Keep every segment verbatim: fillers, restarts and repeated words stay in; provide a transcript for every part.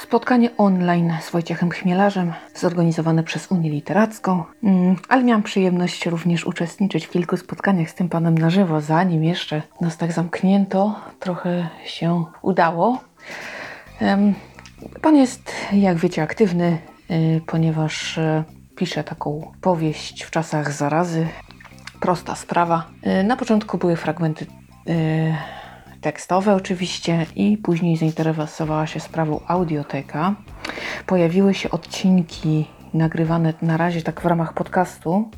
spotkanie online z Wojciechem Chmielarzem, zorganizowane przez Unię Literacką, mm, ale miałam przyjemność również uczestniczyć w kilku spotkaniach z tym panem na żywo, zanim jeszcze nas tak zamknięto, trochę się udało. Um, pan jest, jak wiecie, aktywny, y, ponieważ y, pisze taką powieść w czasach zarazy. Prosta sprawa. Y, na początku były fragmenty y, tekstowe oczywiście i później zainteresowała się sprawą audioteka. Pojawiły się odcinki nagrywane na razie tak w ramach podcastu,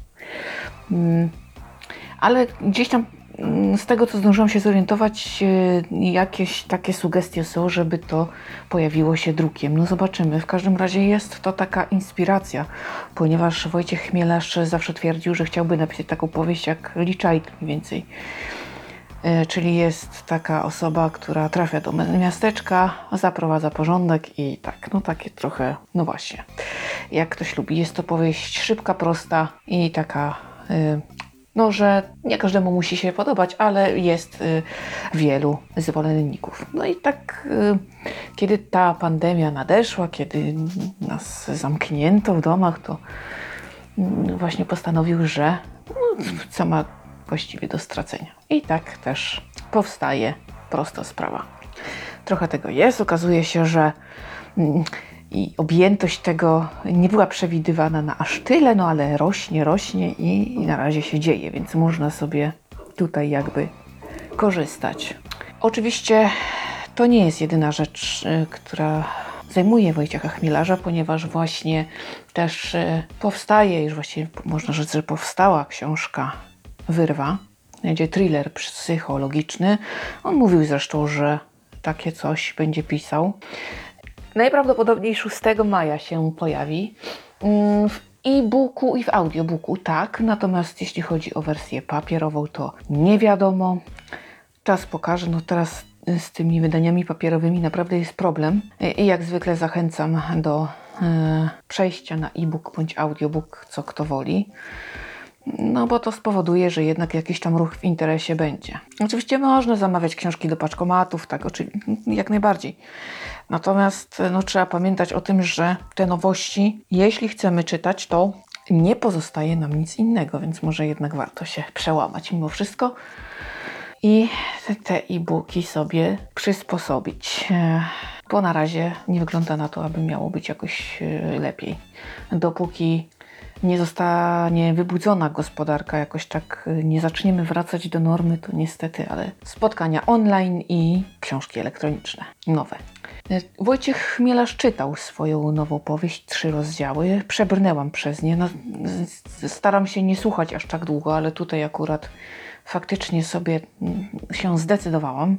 ale gdzieś tam z tego, co zdążyłam się zorientować, jakieś takie sugestie są, żeby to pojawiło się drukiem. No zobaczymy. W każdym razie jest to taka inspiracja, ponieważ Wojciech Chmielarz zawsze twierdził, że chciałby napisać taką powieść jak Lee Child mniej więcej. Czyli jest taka osoba, która trafia do miasteczka, zaprowadza porządek i tak, no takie trochę, no właśnie, jak ktoś lubi. Jest to powieść szybka, prosta i taka, no że nie każdemu musi się podobać, ale jest wielu zwolenników. No i tak, kiedy ta pandemia nadeszła, kiedy nas zamknięto w domach, to właśnie postanowił, że no, co ma właściwie do stracenia. I tak też powstaje prosta sprawa. Trochę tego jest. Okazuje się, że mm, i objętość tego nie była przewidywana na aż tyle, no ale rośnie, rośnie i, i na razie się dzieje, więc można sobie tutaj jakby korzystać. Oczywiście to nie jest jedyna rzecz, y, która zajmuje Wojciecha Chmielarza, ponieważ właśnie też y, powstaje, już właściwie można rzec, że powstała książka Wyrwa. Będzie thriller psychologiczny. On mówił zresztą, że takie coś będzie pisał. Najprawdopodobniej szóstego maja się pojawi. W e-booku i w audiobooku, tak. Natomiast jeśli chodzi o wersję papierową, to nie wiadomo. Czas pokaże. No teraz z tymi wydaniami papierowymi naprawdę jest problem. I jak zwykle zachęcam do e, przejścia na e-book bądź audiobook, co kto woli. No bo to spowoduje, że jednak jakiś tam ruch w interesie będzie. Oczywiście można zamawiać książki do paczkomatów, tak, oczywiście, jak najbardziej. Natomiast no, trzeba pamiętać o tym, że te nowości, jeśli chcemy czytać, to nie pozostaje nam nic innego, więc może jednak warto się przełamać mimo wszystko i te e-booki sobie przysposobić. Bo na razie nie wygląda na to, aby miało być jakoś lepiej. Dopóki nie zostanie wybudzona gospodarka, jakoś tak nie zaczniemy wracać do normy, to niestety, ale spotkania online i książki elektroniczne, nowe. Wojciech Chmielarz czytał swoją nową powieść, trzy rozdziały. Przebrnęłam przez nie. No, staram się nie słuchać aż tak długo, ale tutaj akurat faktycznie sobie się zdecydowałam.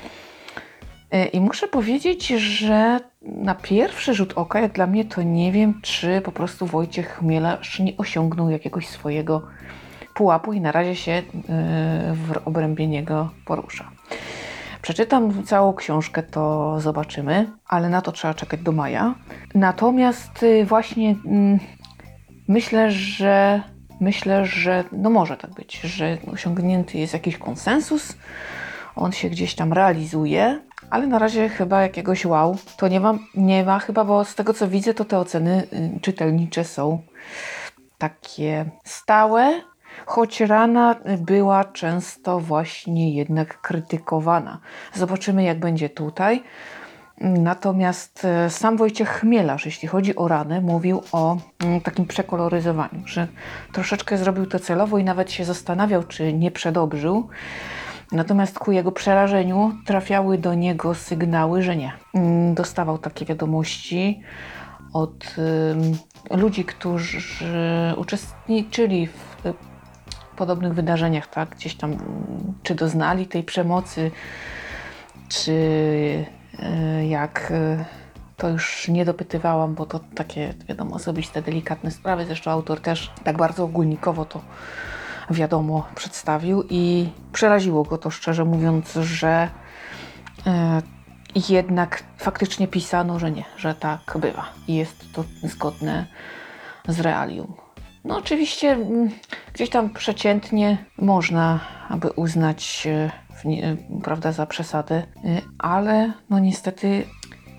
I muszę powiedzieć, że na pierwszy rzut oka, jak dla mnie, to nie wiem, czy po prostu Wojciech Chmielarz nie osiągnął jakiegoś swojego pułapu i na razie się w obrębie niego porusza. Przeczytam całą książkę, to zobaczymy, ale na to trzeba czekać do maja. Natomiast właśnie myślę, że myślę, że no może tak być, że osiągnięty jest jakiś konsensus, on się gdzieś tam realizuje, ale na razie chyba jakiegoś wow to nie ma, nie ma chyba, bo z tego co widzę, to te oceny y, czytelnicze są takie stałe, choć rana była często właśnie jednak krytykowana. Zobaczymy, jak będzie tutaj. Natomiast sam Wojciech Chmielarz, jeśli chodzi o ranę, mówił o mm, takim przekoloryzowaniu, że troszeczkę zrobił to celowo i nawet się zastanawiał, czy nie przedobrzył. Natomiast ku jego przerażeniu trafiały do niego sygnały, że nie. Dostawał takie wiadomości od y, ludzi, którzy uczestniczyli w podobnych wydarzeniach, tak? Gdzieś tam, czy doznali tej przemocy, czy y, jak y, to już nie dopytywałam, bo to takie, wiadomo, osobiste, delikatne sprawy. Zresztą autor też tak bardzo ogólnikowo to wiadomo przedstawił i przeraziło go to, szczerze mówiąc, że e, jednak faktycznie pisano, że nie, że tak bywa i jest to zgodne z realium. No oczywiście m, gdzieś tam przeciętnie można aby uznać e, w nie, prawda, za przesadę, e, ale no niestety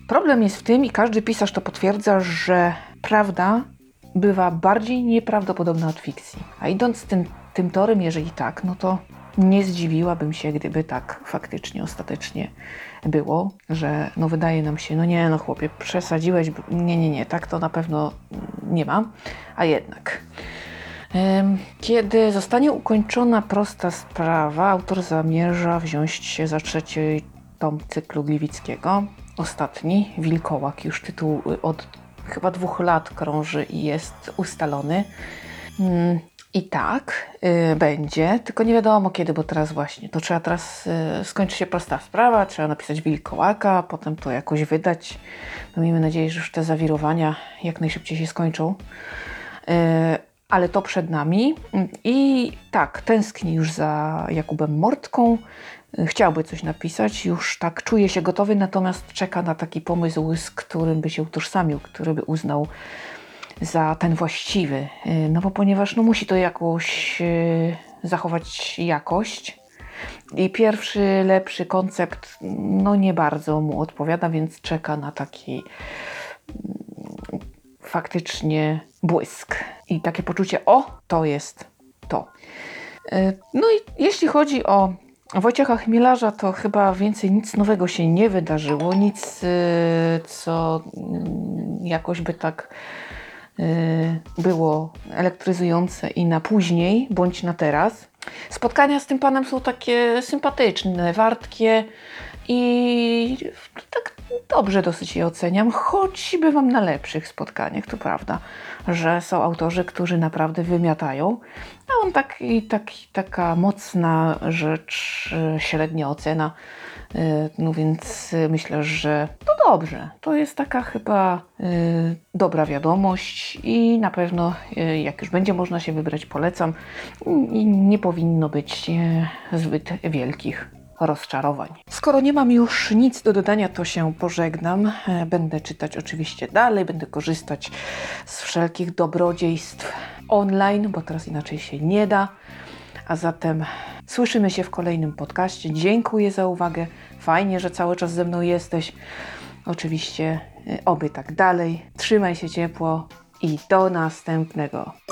Problem jest w tym, i każdy pisarz to potwierdza, że prawda bywa bardziej nieprawdopodobna od fikcji. A idąc tym, tym torem, jeżeli tak, no to nie zdziwiłabym się, gdyby tak faktycznie, ostatecznie było, że no wydaje nam się, no nie, no chłopie, przesadziłeś, nie, nie, nie, tak to na pewno nie ma, a jednak. Kiedy zostanie ukończona prosta sprawa, autor zamierza wziąć się za trzeci tom cyklu Gliwickiego. Ostatni, Wilkołak, już tytuł od chyba dwóch lat krąży i jest ustalony. I tak y, będzie, tylko nie wiadomo kiedy, bo teraz właśnie, to trzeba teraz, y, skończy się prosta sprawa, trzeba napisać Wilkołaka, potem to jakoś wydać. No, miejmy nadzieję, że już te zawirowania jak najszybciej się skończą. Y, ale to przed nami i tak, tęskni już za Jakubem Mortką, y, chciałby coś napisać, już tak czuje się gotowy, natomiast czeka na taki pomysł, z którym by się utożsamił, który by uznał za ten właściwy, no bo ponieważ no, musi to jakoś yy, zachować jakość i pierwszy, lepszy koncept no nie bardzo mu odpowiada, więc czeka na taki yy, faktycznie błysk i takie poczucie, o, to jest to. Yy, no i jeśli chodzi o Wojciecha Chmielarza, to chyba więcej nic nowego się nie wydarzyło, nic yy, co yy, jakoś by tak było elektryzujące i na później, bądź na teraz. Spotkania z tym panem są takie sympatyczne, wartkie i tak dobrze dosyć je oceniam, choć bywam na lepszych spotkaniach, to prawda, że są autorzy, którzy naprawdę wymiatają, a on tak, i tak, taka mocna rzecz, średnia ocena. No więc myślę, że to dobrze. To jest taka chyba y, dobra wiadomość i na pewno y, jak już będzie można się wybrać, polecam. I nie powinno być y, zbyt wielkich rozczarowań. Skoro nie mam już nic do dodania, to się pożegnam. Będę czytać oczywiście dalej, będę korzystać z wszelkich dobrodziejstw online, bo teraz inaczej się nie da. A zatem słyszymy się w kolejnym podcaście. Dziękuję za uwagę. Fajnie, że cały czas ze mną jesteś. Oczywiście oby tak dalej. Trzymaj się ciepło i do następnego.